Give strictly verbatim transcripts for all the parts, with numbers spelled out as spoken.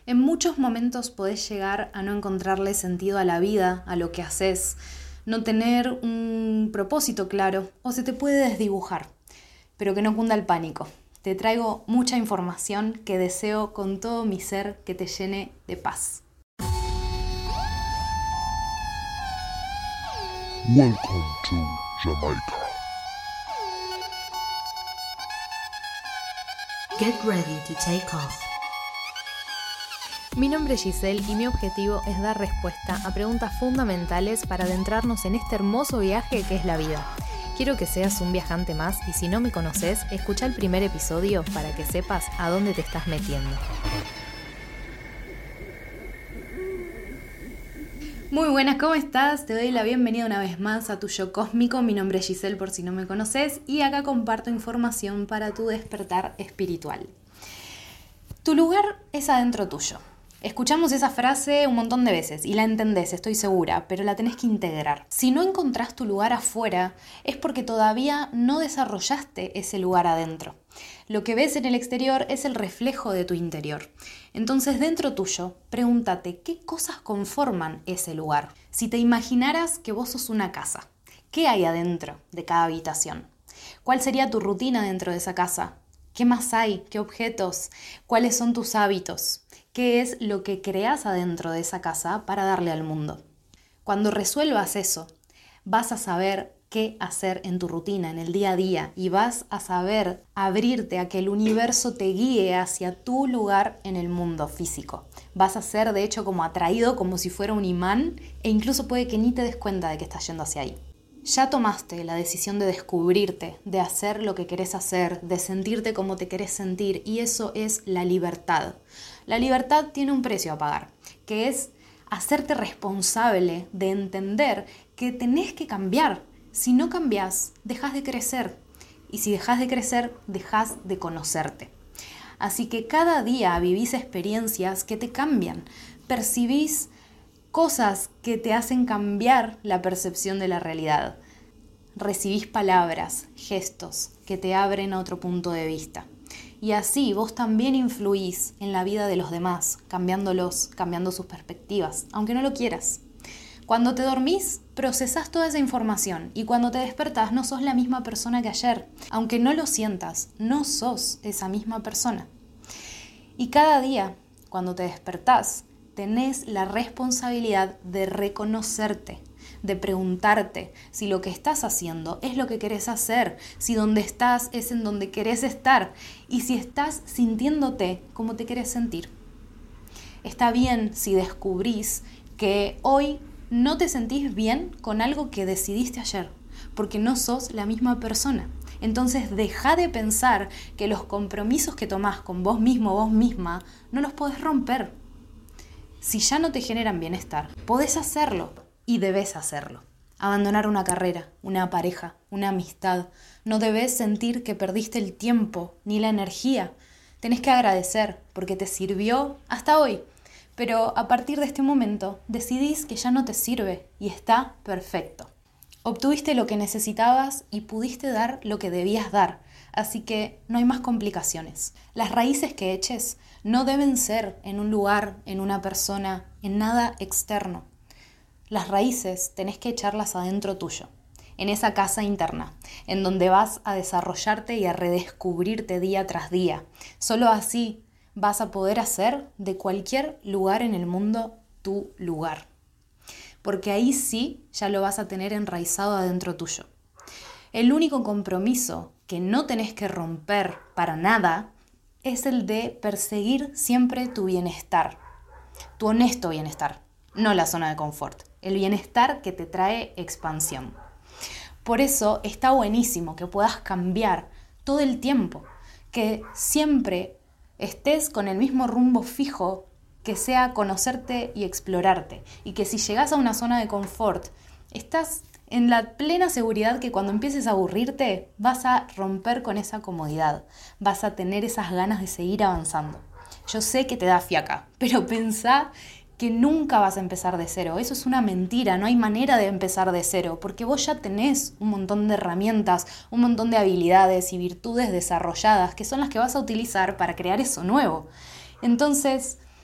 En muchos momentos podés llegar a no encontrarle sentido a la vida, a lo que haces, no tener un propósito claro o se te puede desdibujar. Pero que no cunda el pánico. Te traigo mucha información que deseo con todo mi ser que te llene de paz. Welcome to Jamaica. Get ready to take off. Mi nombre es Giselle y mi objetivo es dar respuesta a preguntas fundamentales para adentrarnos en este hermoso viaje que es la vida. Quiero que seas un viajante más y si no me conoces, escucha el primer episodio para que sepas a dónde te estás metiendo. Muy buenas, ¿cómo estás? Te doy la bienvenida una vez más a tu yo cósmico. Mi nombre es Giselle por si no me conoces y acá comparto información para tu despertar espiritual. Tu lugar es adentro tuyo. Escuchamos esa frase un montón de veces y la entendés, estoy segura, pero la tenés que integrar. Si no encontrás tu lugar afuera, es porque todavía no desarrollaste ese lugar adentro. Lo que ves en el exterior es el reflejo de tu interior. Entonces, dentro tuyo, pregúntate qué cosas conforman ese lugar. Si te imaginaras que vos sos una casa, ¿qué hay adentro de cada habitación? ¿Cuál sería tu rutina dentro de esa casa? ¿Qué más hay? ¿Qué objetos? ¿Cuáles son tus hábitos? ¿Qué es lo que creas adentro de esa casa para darle al mundo? Cuando resuelvas eso, vas a saber qué hacer en tu rutina, en el día a día, y vas a saber abrirte a que el universo te guíe hacia tu lugar en el mundo físico. Vas a ser, de hecho, como atraído, como si fuera un imán, e incluso puede que ni te des cuenta de que estás yendo hacia ahí. Ya tomaste la decisión de descubrirte, de hacer lo que querés hacer, de sentirte como te querés sentir, y eso es la libertad. La libertad tiene un precio a pagar, que es hacerte responsable de entender que tenés que cambiar. Si no cambiás, dejás de crecer. Y si dejás de crecer, dejás de conocerte. Así que cada día vivís experiencias que te cambian. Percibís cosas que te hacen cambiar la percepción de la realidad. Recibís palabras, gestos que te abren a otro punto de vista. Y así vos también influís en la vida de los demás, cambiándolos, cambiando sus perspectivas, aunque no lo quieras. Cuando te dormís, procesás toda esa información y cuando te despertás no sos la misma persona que ayer. Aunque no lo sientas, no sos esa misma persona. Y cada día, cuando te despertás, tenés la responsabilidad de reconocerte, de preguntarte si lo que estás haciendo es lo que querés hacer, si donde estás es en donde querés estar y si estás sintiéndote como te querés sentir. Está bien si descubrís que hoy no te sentís bien con algo que decidiste ayer, porque no sos la misma persona. Entonces deja de pensar que los compromisos que tomás con vos mismo o vos misma no los podés romper. Si ya no te generan bienestar, podés hacerlo y debes hacerlo. Abandonar una carrera, una pareja, una amistad. No debes sentir que perdiste el tiempo ni la energía. Tenés que agradecer porque te sirvió hasta hoy. Pero a partir de este momento decidís que ya no te sirve y está perfecto. Obtuviste lo que necesitabas y pudiste dar lo que debías dar. Así que no hay más complicaciones. Las raíces que eches no deben ser en un lugar, en una persona, en nada externo. Las raíces tenés que echarlas adentro tuyo, en esa casa interna, en donde vas a desarrollarte y a redescubrirte día tras día. Solo así vas a poder hacer de cualquier lugar en el mundo tu lugar. Porque ahí sí ya lo vas a tener enraizado adentro tuyo. El único compromiso que no tenés que romper para nada es el de perseguir siempre tu bienestar, tu honesto bienestar, no la zona de confort, el bienestar que te trae expansión. Por eso está buenísimo que puedas cambiar todo el tiempo, que siempre estés con el mismo rumbo fijo que sea conocerte y explorarte, y que si llegas a una zona de confort, estás en la plena seguridad que cuando empieces a aburrirte vas a romper con esa comodidad, vas a tener esas ganas de seguir avanzando. Yo sé que te da fiaca, pero pensá que nunca vas a empezar de cero. Eso es una mentira, no hay manera de empezar de cero, porque vos ya tenés un montón de herramientas, un montón de habilidades y virtudes desarrolladas que son las que vas a utilizar para crear eso nuevo. Entonces,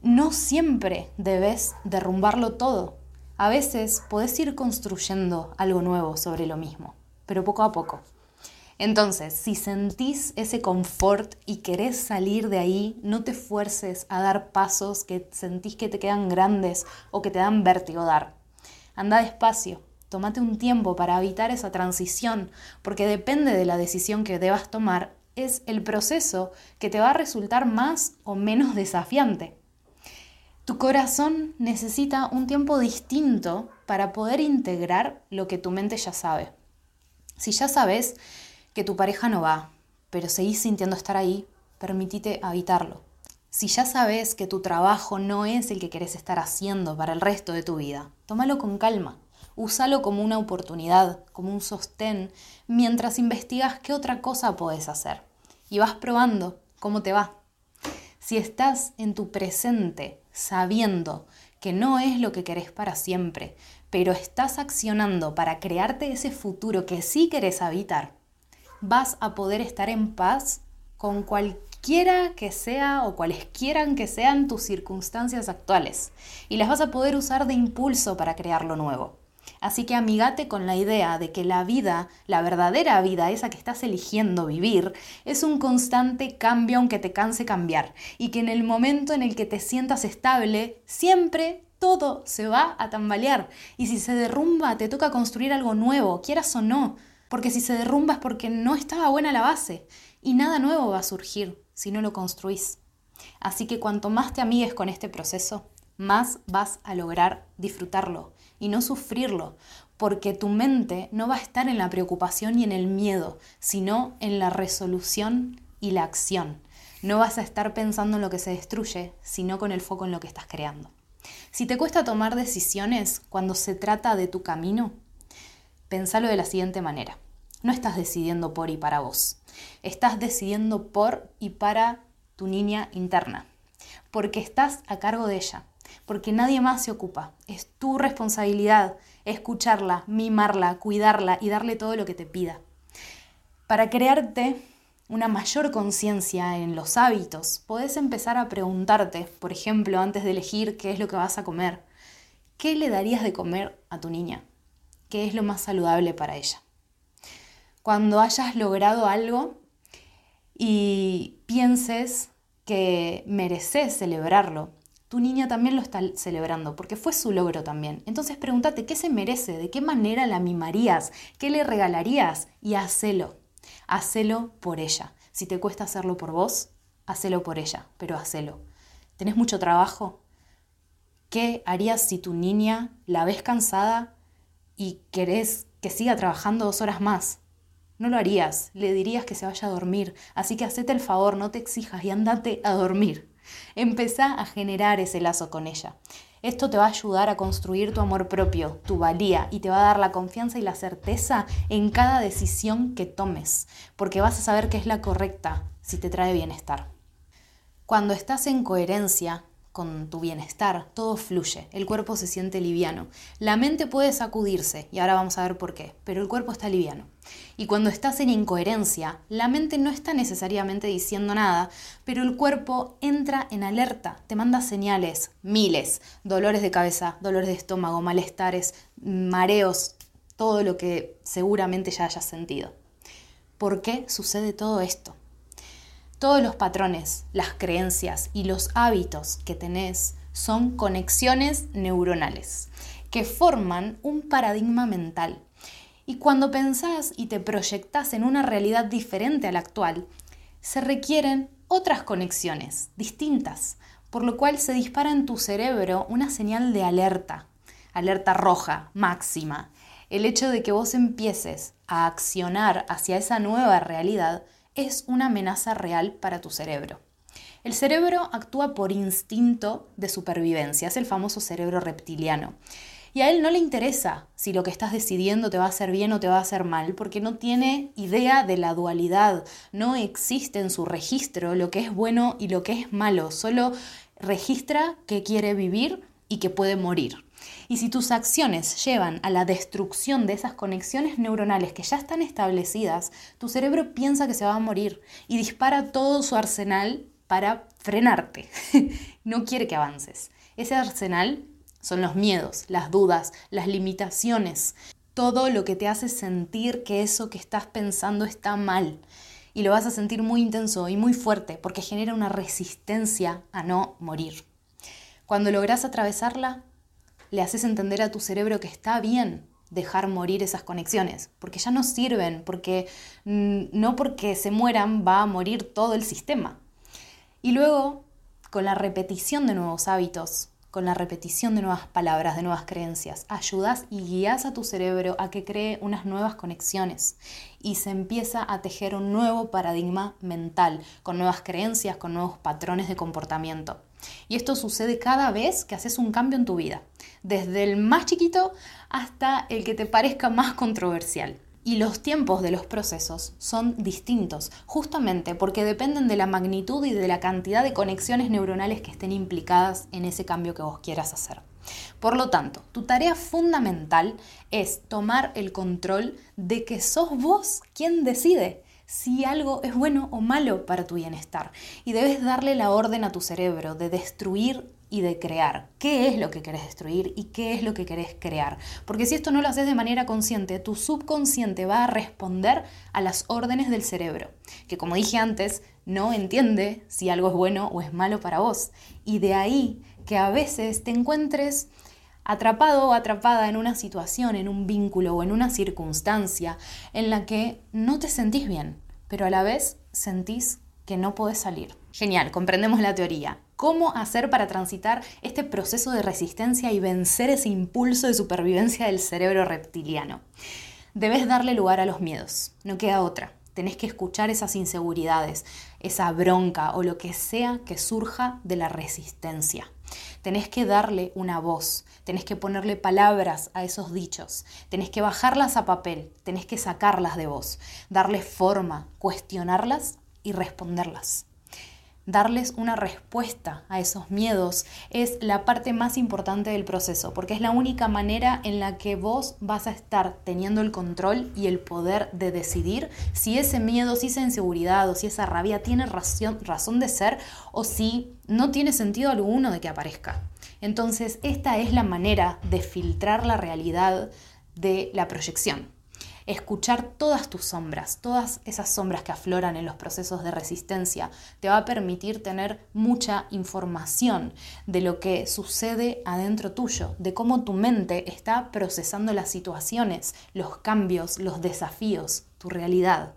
no siempre debes derrumbarlo todo. A veces podés ir construyendo algo nuevo sobre lo mismo, pero poco a poco. Entonces, si sentís ese confort y querés salir de ahí, no te fuerces a dar pasos que sentís que te quedan grandes o que te dan vértigo dar. Anda despacio, tómate un tiempo para evitar esa transición, porque depende de la decisión que debas tomar, es el proceso que te va a resultar más o menos desafiante. Tu corazón necesita un tiempo distinto para poder integrar lo que tu mente ya sabe. Si ya sabes que tu pareja no va, pero seguís sintiendo estar ahí, permitite habitarlo. Si ya sabes que tu trabajo no es el que querés estar haciendo para el resto de tu vida, tómalo con calma. Úsalo como una oportunidad, como un sostén, mientras investigas qué otra cosa podés hacer. Y vas probando cómo te va. Si estás en tu presente sabiendo que no es lo que querés para siempre, pero estás accionando para crearte ese futuro que sí querés habitar, vas a poder estar en paz con cualquiera que sea o cualesquiera que sean tus circunstancias actuales y las vas a poder usar de impulso para crear lo nuevo. Así que amigate con la idea de que la vida, la verdadera vida, esa que estás eligiendo vivir, es un constante cambio aunque te canse cambiar y que en el momento en el que te sientas estable, siempre todo se va a tambalear y si se derrumba te toca construir algo nuevo, quieras o no, porque si se derrumba es porque no estaba buena la base y nada nuevo va a surgir si no lo construís. Así que cuanto más te amigues con este proceso, más vas a lograr disfrutarlo y no sufrirlo, porque tu mente no va a estar en la preocupación y en el miedo, sino en la resolución y la acción. No vas a estar pensando en lo que se destruye, sino con el foco en lo que estás creando. Si te cuesta tomar decisiones cuando se trata de tu camino, pensalo de la siguiente manera. No estás decidiendo por y para vos. Estás decidiendo por y para tu niña interna, porque estás a cargo de ella. Porque nadie más se ocupa. Es tu responsabilidad escucharla, mimarla, cuidarla y darle todo lo que te pida. Para crearte una mayor conciencia en los hábitos, podés empezar a preguntarte, por ejemplo, antes de elegir qué es lo que vas a comer, ¿qué le darías de comer a tu niña? ¿Qué es lo más saludable para ella? Cuando hayas logrado algo y pienses que mereces celebrarlo, tu niña también lo está celebrando porque fue su logro también. Entonces pregúntate qué se merece, de qué manera la mimarías, qué le regalarías y hacelo. Hacelo por ella. Si te cuesta hacerlo por vos, hacelo por ella, pero hacelo. ¿Tenés mucho trabajo? ¿Qué harías si tu niña la ves cansada y querés que siga trabajando dos horas más? No lo harías, le dirías que se vaya a dormir. Así que hacete el favor, no te exijas y andate a dormir. Empezá a generar ese lazo con ella. Esto te va a ayudar a construir tu amor propio, tu valía y te va a dar la confianza y la certeza en cada decisión que tomes, porque vas a saber que es la correcta si te trae bienestar. Cuando estás en coherencia con tu bienestar, todo fluye, el cuerpo se siente liviano. La mente puede sacudirse, y ahora vamos a ver por qué, pero el cuerpo está liviano. Y cuando estás en incoherencia, la mente no está necesariamente diciendo nada, pero el cuerpo entra en alerta, te manda señales, miles, dolores de cabeza, dolores de estómago, malestares, mareos, todo lo que seguramente ya hayas sentido. ¿Por qué sucede todo esto? Todos los patrones, las creencias y los hábitos que tenés son conexiones neuronales que forman un paradigma mental. Y cuando pensás y te proyectás en una realidad diferente a la actual, se requieren otras conexiones distintas, por lo cual se dispara en tu cerebro una señal de alerta, alerta roja, máxima. El hecho de que vos empieces a accionar hacia esa nueva realidad es una amenaza real para tu cerebro. El cerebro actúa por instinto de supervivencia, es el famoso cerebro reptiliano. Y a él no le interesa si lo que estás decidiendo te va a hacer bien o te va a hacer mal, porque no tiene idea de la dualidad. No existe en su registro lo que es bueno y lo que es malo. Solo registra que quiere vivir y que puede morir. Y si tus acciones llevan a la destrucción de esas conexiones neuronales que ya están establecidas, tu cerebro piensa que se va a morir y dispara todo su arsenal para frenarte. No quiere que avances. Ese arsenal son los miedos, las dudas, las limitaciones, todo lo que te hace sentir que eso que estás pensando está mal. Y lo vas a sentir muy intenso y muy fuerte porque genera una resistencia a no morir. Cuando logras atravesarla, le haces entender a tu cerebro que está bien dejar morir esas conexiones, porque ya no sirven, porque mmm, no porque se mueran va a morir todo el sistema. Y luego, con la repetición de nuevos hábitos, con la repetición de nuevas palabras, de nuevas creencias, ayudas y guías a tu cerebro a que cree unas nuevas conexiones y se empieza a tejer un nuevo paradigma mental, con nuevas creencias, con nuevos patrones de comportamiento. Y esto sucede cada vez que haces un cambio en tu vida, desde el más chiquito hasta el que te parezca más controversial. Y los tiempos de los procesos son distintos, justamente porque dependen de la magnitud y de la cantidad de conexiones neuronales que estén implicadas en ese cambio que vos quieras hacer. Por lo tanto, tu tarea fundamental es tomar el control de que sos vos quien decide si algo es bueno o malo para tu bienestar. Y debes darle la orden a tu cerebro de destruir y de crear. ¿Qué es lo que querés destruir y qué es lo que querés crear? Porque si esto no lo haces de manera consciente, tu subconsciente va a responder a las órdenes del cerebro, que como dije antes, no entiende si algo es bueno o es malo para vos. Y de ahí que a veces te encuentres atrapado o atrapada en una situación, en un vínculo o en una circunstancia en la que no te sentís bien, pero a la vez sentís que no podés salir. Genial, comprendemos la teoría. ¿Cómo hacer para transitar este proceso de resistencia y vencer ese impulso de supervivencia del cerebro reptiliano? Debes darle lugar a los miedos, no queda otra. Tenés que escuchar esas inseguridades, esa bronca o lo que sea que surja de la resistencia. Tenés que darle una voz, tenés que ponerle palabras a esos dichos, tenés que bajarlas a papel, tenés que sacarlas de vos, darles forma, cuestionarlas y responderlas. Darles una respuesta a esos miedos es la parte más importante del proceso, porque es la única manera en la que vos vas a estar teniendo el control y el poder de decidir si ese miedo, si esa inseguridad o si esa rabia tiene razón, razón de ser o si no tiene sentido alguno de que aparezca. Entonces, esta es la manera de filtrar la realidad de la proyección. Escuchar todas tus sombras, todas esas sombras que afloran en los procesos de resistencia, te va a permitir tener mucha información de lo que sucede adentro tuyo, de cómo tu mente está procesando las situaciones, los cambios, los desafíos, tu realidad.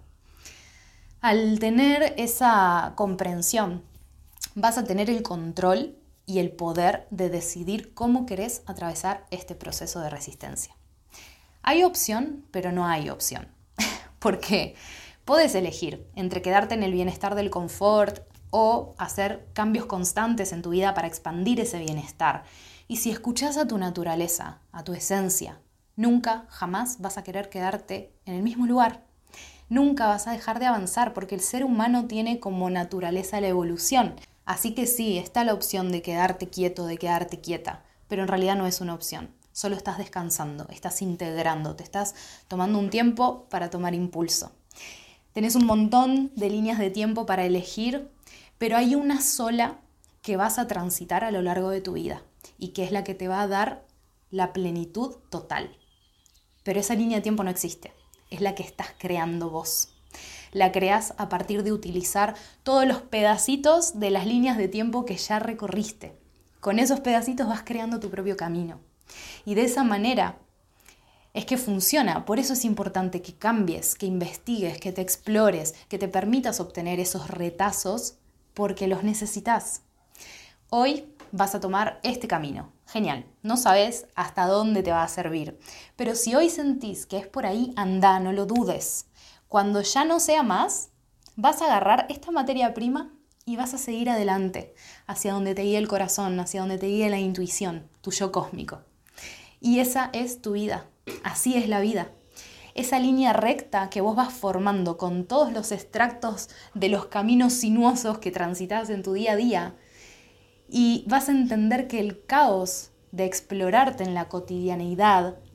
Al tener esa comprensión, vas a tener el control y el poder de decidir cómo querés atravesar este proceso de resistencia. Hay opción, pero no hay opción. Porque podés elegir entre quedarte en el bienestar del confort o hacer cambios constantes en tu vida para expandir ese bienestar. Y si escuchás a tu naturaleza, a tu esencia, nunca, jamás vas a querer quedarte en el mismo lugar. Nunca vas a dejar de avanzar porque el ser humano tiene como naturaleza la evolución. Así que sí, está la opción de quedarte quieto, de quedarte quieta, pero en realidad no es una opción. Solo estás descansando, estás integrando, te estás tomando un tiempo para tomar impulso. Tenés un montón de líneas de tiempo para elegir, pero hay una sola que vas a transitar a lo largo de tu vida y que es la que te va a dar la plenitud total. Pero esa línea de tiempo no existe, es la que estás creando vos. La creás a partir de utilizar todos los pedacitos de las líneas de tiempo que ya recorriste. Con esos pedacitos vas creando tu propio camino. Y de esa manera es que funciona. Por eso es importante que cambies, que investigues, que te explores, que te permitas obtener esos retazos porque los necesitas. Hoy vas a tomar este camino. Genial. No sabes hasta dónde te va a servir. Pero si hoy sentís que es por ahí, anda, no lo dudes. Cuando ya no sea más, vas a agarrar esta materia prima y vas a seguir adelante, hacia donde te guíe el corazón, hacia donde te guíe la intuición, tu yo cósmico. Y esa es tu vida, así es la vida. Esa línea recta que vos vas formando con todos los extractos de los caminos sinuosos que transitas en tu día a día. Y vas a entender que el caos de explorarte en la cotidianeidad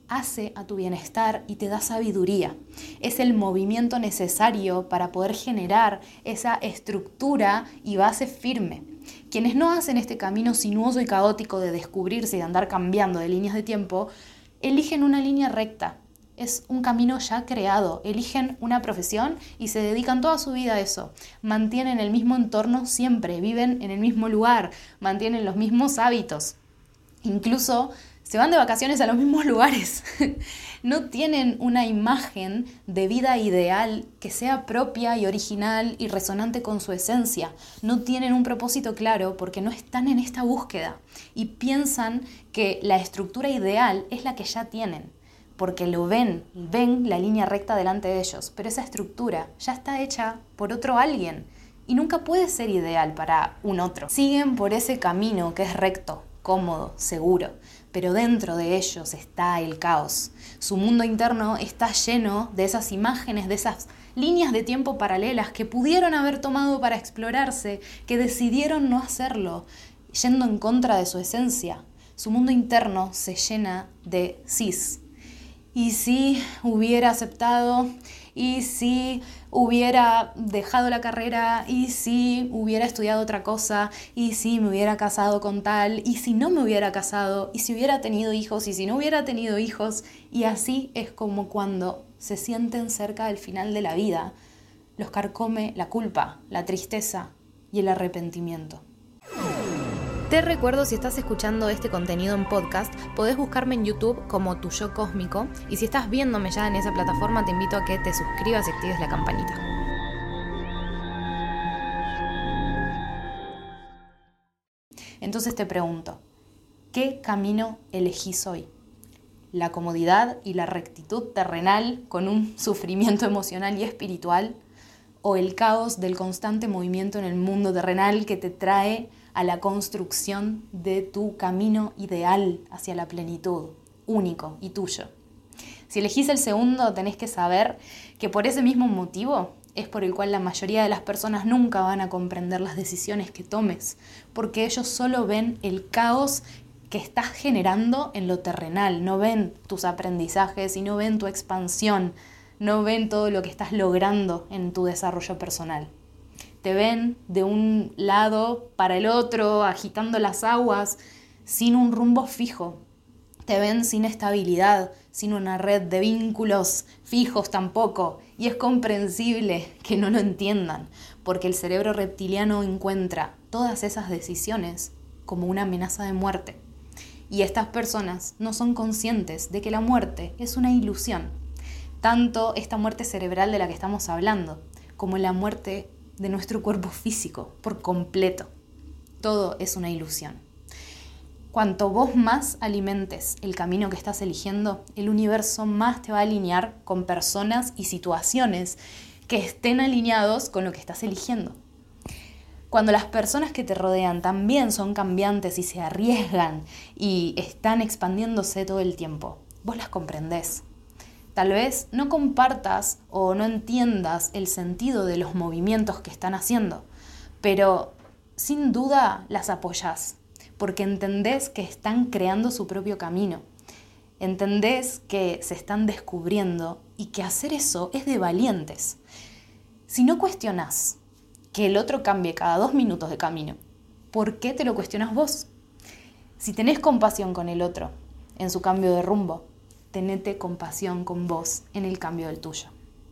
hace a tu bienestar y te da sabiduría. Es el movimiento necesario para poder generar esa estructura y base firme. Quienes no hacen este camino sinuoso y caótico de descubrirse y de andar cambiando de líneas de tiempo, eligen una línea recta. Es un camino ya creado. Eligen una profesión y se dedican toda su vida a eso. Mantienen el mismo entorno siempre, viven en el mismo lugar, mantienen los mismos hábitos. Incluso se van de vacaciones a los mismos lugares. No tienen una imagen de vida ideal que sea propia y original y resonante con su esencia. No tienen un propósito claro porque no están en esta búsqueda y piensan que la estructura ideal es la que ya tienen, porque lo ven, ven la línea recta delante de ellos, pero esa estructura ya está hecha por otro alguien y nunca puede ser ideal para un otro. Siguen por ese camino que es recto, cómodo, seguro, pero dentro de ellos está el caos. Su mundo interno está lleno de esas imágenes, de esas líneas de tiempo paralelas que pudieron haber tomado para explorarse, que decidieron no hacerlo, yendo en contra de su esencia. Su mundo interno se llena de sís. Y si hubiera aceptado, y si hubiera dejado la carrera, y si hubiera estudiado otra cosa, y si me hubiera casado con tal, y si no me hubiera casado, y si hubiera tenido hijos, y si no hubiera tenido hijos. Y así es como cuando se sienten cerca del final de la vida, los carcome la culpa, la tristeza y el arrepentimiento. Te recuerdo, si estás escuchando este contenido en podcast, podés buscarme en YouTube como Tu Yo Cósmico, y si estás viéndome ya en esa plataforma, te invito a que te suscribas y actives la campanita. Entonces te pregunto, ¿qué camino elegís hoy? ¿La comodidad y la rectitud terrenal con un sufrimiento emocional y espiritual? ¿O el caos del constante movimiento en el mundo terrenal que te trae a la construcción de tu camino ideal hacia la plenitud, único y tuyo? Si elegís el segundo, tenés que saber que por ese mismo motivo es por el cual la mayoría de las personas nunca van a comprender las decisiones que tomes, porque ellos solo ven el caos que estás generando en lo terrenal, no ven tus aprendizajes y no ven tu expansión, no ven todo lo que estás logrando en tu desarrollo personal. Te ven de un lado para el otro, agitando las aguas, sin un rumbo fijo. Te ven sin estabilidad, sin una red de vínculos fijos tampoco. Y es comprensible que no lo entiendan, porque el cerebro reptiliano encuentra todas esas decisiones como una amenaza de muerte. Y estas personas no son conscientes de que la muerte es una ilusión. Tanto esta muerte cerebral de la que estamos hablando, como la muerte de nuestro cuerpo físico, por completo. Todo es una ilusión. Cuanto vos más alimentes el camino que estás eligiendo, el universo más te va a alinear con personas y situaciones que estén alineados con lo que estás eligiendo. Cuando las personas que te rodean también son cambiantes y se arriesgan y están expandiéndose todo el tiempo, vos las comprendés. Tal vez no compartas o no entiendas el sentido de los movimientos que están haciendo, pero sin duda las apoyás, porque entendés que están creando su propio camino. Entendés que se están descubriendo y que hacer eso es de valientes. Si no cuestionás que el otro cambie cada dos minutos de camino, ¿por qué te lo cuestionás vos? Si tenés compasión con el otro en su cambio de rumbo, tenete compasión con vos en el cambio del tuyo.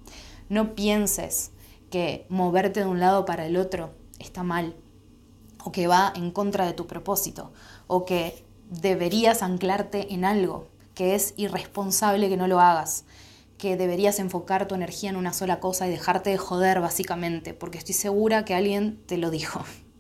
No pienses que moverte de un lado para el otro está mal, o que va en contra de tu propósito, o que deberías anclarte en algo, que es irresponsable que no lo hagas, que deberías enfocar tu energía en una sola cosa y dejarte de joder básicamente, porque estoy segura que alguien te lo dijo.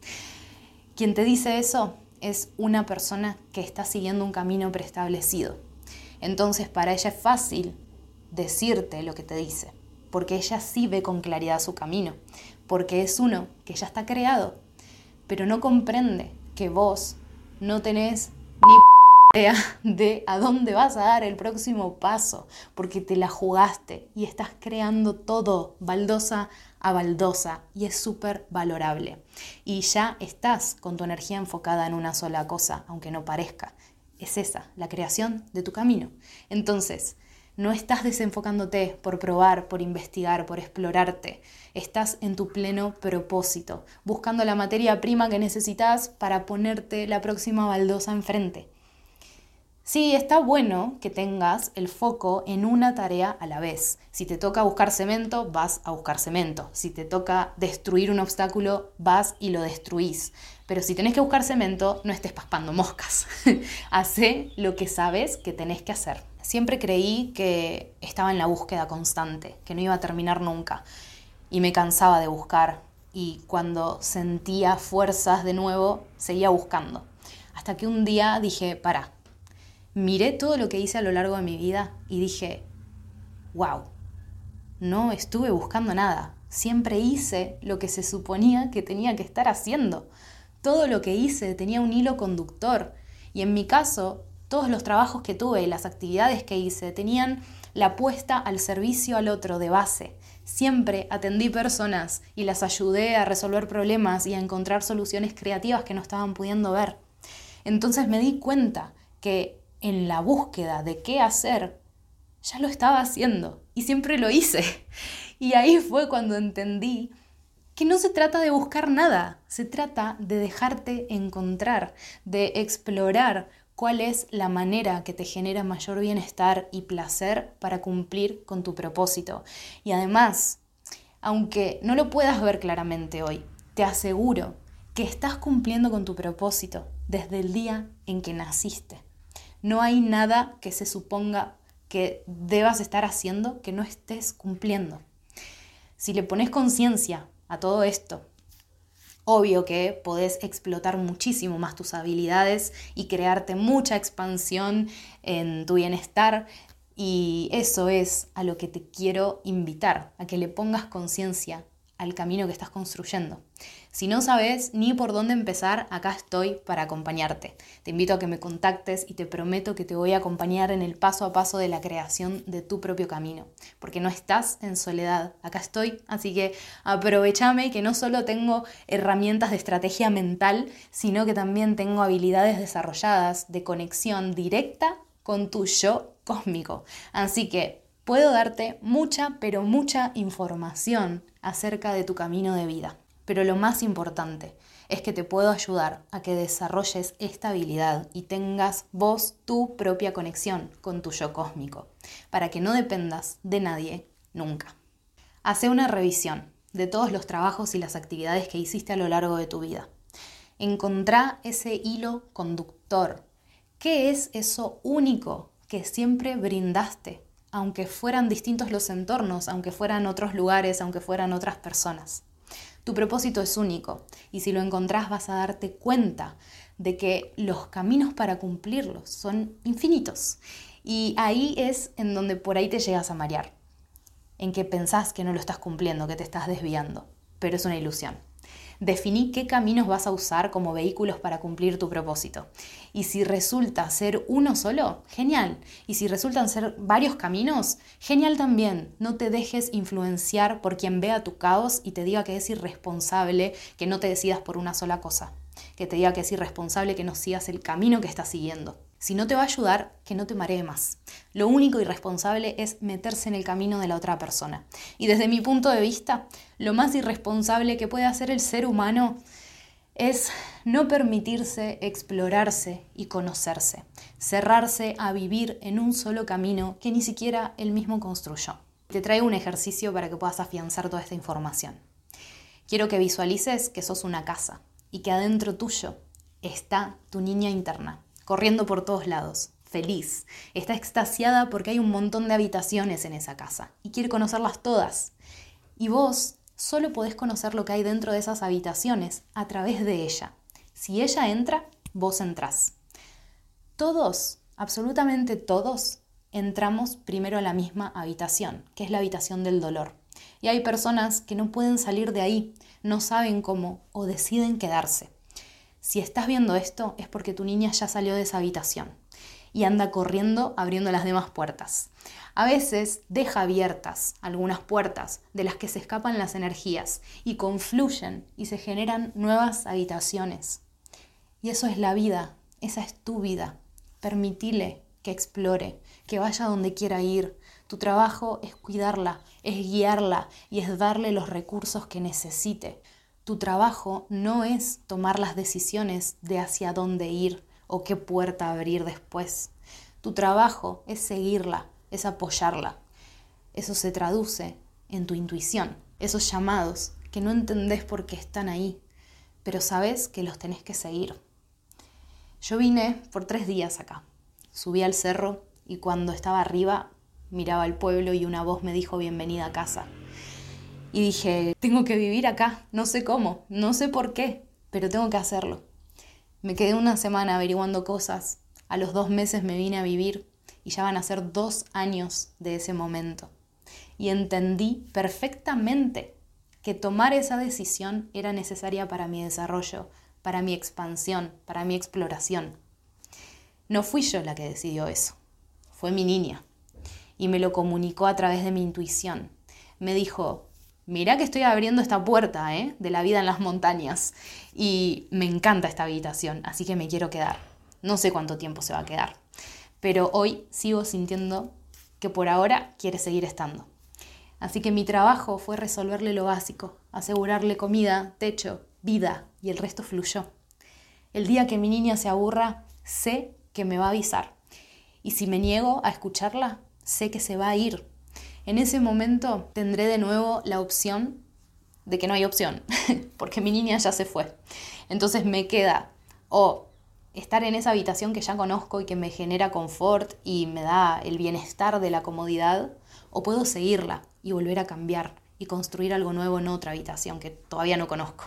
Quien te dice eso es una persona que está siguiendo un camino preestablecido. Entonces para ella es fácil decirte lo que te dice, porque ella sí ve con claridad su camino, porque es uno que ya está creado, pero no comprende que vos no tenés ni idea de a dónde vas a dar el próximo paso, porque te la jugaste y estás creando todo baldosa a baldosa y es súper valorable. Y ya estás con tu energía enfocada en una sola cosa, aunque no parezca. es esa, la creación de tu camino. Entonces, no estás desenfocándote por probar, por investigar, por explorarte. Estás en tu pleno propósito, buscando la materia prima que necesitas para ponerte la próxima baldosa enfrente. Sí, está bueno que tengas el foco en una tarea a la vez. Si te toca buscar cemento, vas a buscar cemento. Si te toca destruir un obstáculo, vas y lo destruís. Pero si tenés que buscar cemento, no estés paspando moscas. Hacé lo que sabes que tenés que hacer. Siempre creí que estaba en la búsqueda constante, que no iba a terminar nunca. Y me cansaba de buscar. Y cuando sentía fuerzas de nuevo, seguía buscando. Hasta que un día dije, pará. Miré todo lo que hice a lo largo de mi vida y dije, wow, no estuve buscando nada. Siempre hice lo que se suponía que tenía que estar haciendo. Todo lo que hice tenía un hilo conductor. Y en mi caso, todos los trabajos que tuve y las actividades que hice tenían la puesta al servicio al otro de base. Siempre atendí personas y las ayudé a resolver problemas y a encontrar soluciones creativas que no estaban pudiendo ver. Entonces me di cuenta que en la búsqueda de qué hacer, ya lo estaba haciendo y siempre lo hice. Y ahí fue cuando entendí que no se trata de buscar nada, se trata de dejarte encontrar, de explorar cuál es la manera que te genera mayor bienestar y placer para cumplir con tu propósito. Y además, aunque no lo puedas ver claramente hoy, te aseguro que estás cumpliendo con tu propósito desde el día en que naciste. No hay nada que se suponga que debas estar haciendo que no estés cumpliendo. Si le pones conciencia a todo esto, obvio que podés explotar muchísimo más tus habilidades y crearte mucha expansión en tu bienestar. Y eso es a lo que te quiero invitar, a que le pongas conciencia al camino que estás construyendo. Si no sabes ni por dónde empezar, acá estoy para acompañarte. Te invito a que me contactes y te prometo que te voy a acompañar en el paso a paso de la creación de tu propio camino, porque no estás en soledad, acá estoy, así que aprovechame que no solo tengo herramientas de estrategia mental, sino que también tengo habilidades desarrolladas de conexión directa con tu yo cósmico. Así que puedo darte mucha, pero mucha información acerca de tu camino de vida. Pero lo más importante es que te puedo ayudar a que desarrolles esta habilidad y tengas vos tu propia conexión con tu yo cósmico, para que no dependas de nadie nunca. Hacé una revisión de todos los trabajos y las actividades que hiciste a lo largo de tu vida. Encontrá ese hilo conductor. ¿Qué es eso único que siempre brindaste? Aunque fueran distintos los entornos, aunque fueran otros lugares, aunque fueran otras personas. Tu propósito es único y si lo encontrás vas a darte cuenta de que los caminos para cumplirlos son infinitos. Y ahí es en donde por ahí te llegas a marear, en que pensás que no lo estás cumpliendo, que te estás desviando, pero es una ilusión. Definí qué caminos vas a usar como vehículos para cumplir tu propósito. Y si resulta ser uno solo, genial. Y si resultan ser varios caminos, genial también. No te dejes influenciar por quien vea tu caos y te diga que es irresponsable que no te decidas por una sola cosa. Que te diga que es irresponsable que no sigas el camino que estás siguiendo. Si no te va a ayudar, que no te maree más. Lo único irresponsable es meterse en el camino de la otra persona. Y desde mi punto de vista, lo más irresponsable que puede hacer el ser humano es no permitirse explorarse y conocerse. Cerrarse a vivir en un solo camino que ni siquiera él mismo construyó. Te traigo un ejercicio para que puedas afianzar toda esta información. Quiero que visualices que sos una casa y que adentro tuyo está tu niña interna. Corriendo por todos lados, feliz. Está extasiada porque hay un montón de habitaciones en esa casa y quiere conocerlas todas. Y vos solo podés conocer lo que hay dentro de esas habitaciones a través de ella. Si ella entra, vos entrás. Todos, absolutamente todos, entramos primero a la misma habitación, que es la habitación del dolor. Y hay personas que no pueden salir de ahí, no saben cómo o deciden quedarse. Si estás viendo esto es porque tu niña ya salió de esa habitación y anda corriendo abriendo las demás puertas. A veces deja abiertas algunas puertas de las que se escapan las energías y confluyen y se generan nuevas habitaciones. Y eso es la vida, esa es tu vida. Permitile que explore, que vaya donde quiera ir. Tu trabajo es cuidarla, es guiarla y es darle los recursos que necesite. Tu trabajo no es tomar las decisiones de hacia dónde ir o qué puerta abrir después. Tu trabajo es seguirla, es apoyarla. Eso se traduce en tu intuición, esos llamados que no entendés por qué están ahí, pero sabés que los tenés que seguir. Yo vine por tres días acá. Subí al cerro y cuando estaba arriba miraba al pueblo y una voz me dijo bienvenida a casa. Y dije, tengo que vivir acá, no sé cómo, no sé por qué, pero tengo que hacerlo. Me quedé una semana averiguando cosas, a los dos meses me vine a vivir y ya van a ser dos años de ese momento. Y entendí perfectamente que tomar esa decisión era necesaria para mi desarrollo, para mi expansión, para mi exploración. No fui yo la que decidió eso, fue mi niña. Y me lo comunicó a través de mi intuición. Me dijo, mirá que estoy abriendo esta puerta, ¿eh? de la vida en las montañas. Y me encanta esta habitación, así que me quiero quedar. No sé cuánto tiempo se va a quedar. Pero hoy sigo sintiendo que por ahora quiere seguir estando. Así que mi trabajo fue resolverle lo básico, asegurarle comida, techo, vida, y el resto fluyó. El día que mi niña se aburra, sé que me va a avisar. Y si me niego a escucharla, sé que se va a ir. En ese momento tendré de nuevo la opción de que no hay opción, porque mi niña ya se fue. Entonces me queda o estar en esa habitación que ya conozco y que me genera confort y me da el bienestar de la comodidad, o puedo seguirla y volver a cambiar y construir algo nuevo en otra habitación que todavía no conozco.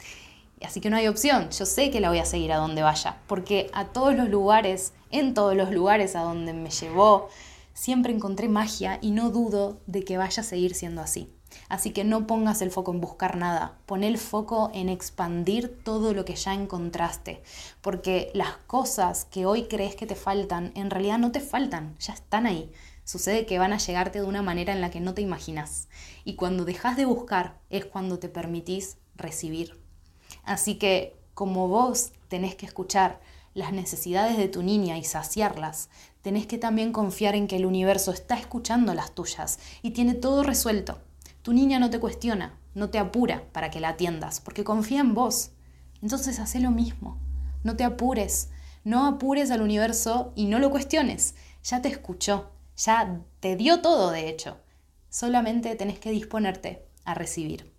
Así que no hay opción, yo sé que la voy a seguir a donde vaya, porque a todos los lugares, en todos los lugares a donde me llevó, siempre encontré magia y no dudo de que vaya a seguir siendo así. Así que no pongas el foco en buscar nada, pon el foco en expandir todo lo que ya encontraste, porque las cosas que hoy crees que te faltan, en realidad no te faltan, ya están ahí. Sucede que van a llegarte de una manera en la que no te imaginas. Y cuando dejas de buscar es cuando te permitís recibir. Así que como vos tenés que escuchar las necesidades de tu niña y saciarlas, tenés que también confiar en que el universo está escuchando las tuyas y tiene todo resuelto. Tu niña no te cuestiona, no te apura para que la atiendas, porque confía en vos. Entonces hacé lo mismo. No te apures, no apures al universo y no lo cuestiones. Ya te escuchó, ya te dio todo de hecho. Solamente tenés que disponerte a recibir.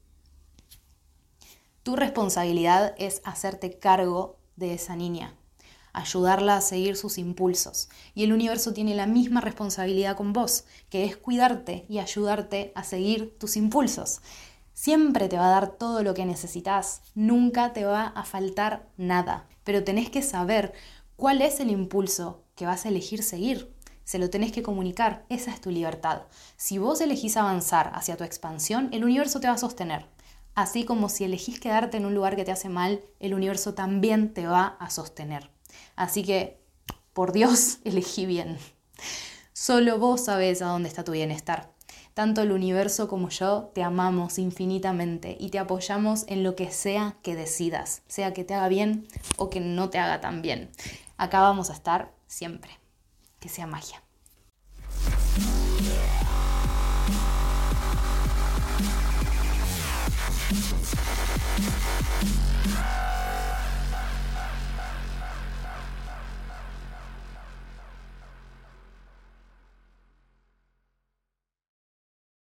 Tu responsabilidad es hacerte cargo de esa niña, ayudarla a seguir sus impulsos. Y el universo tiene la misma responsabilidad con vos, que es cuidarte y ayudarte a seguir tus impulsos. Siempre te va a dar todo lo que necesitas, nunca te va a faltar nada, pero tenés que saber cuál es el impulso que vas a elegir seguir. Se lo tenés que comunicar, esa es tu libertad. Si vos elegís avanzar hacia tu expansión, el universo te va a sostener. Así como si elegís quedarte en un lugar que te hace mal, el universo también te va a sostener. Así que, por Dios, elegí bien. Solo vos sabés a dónde está tu bienestar. Tanto el universo como yo te amamos infinitamente y te apoyamos en lo que sea que decidas, sea que te haga bien o que no te haga tan bien. Acá vamos a estar siempre. Que sea magia. Yeah.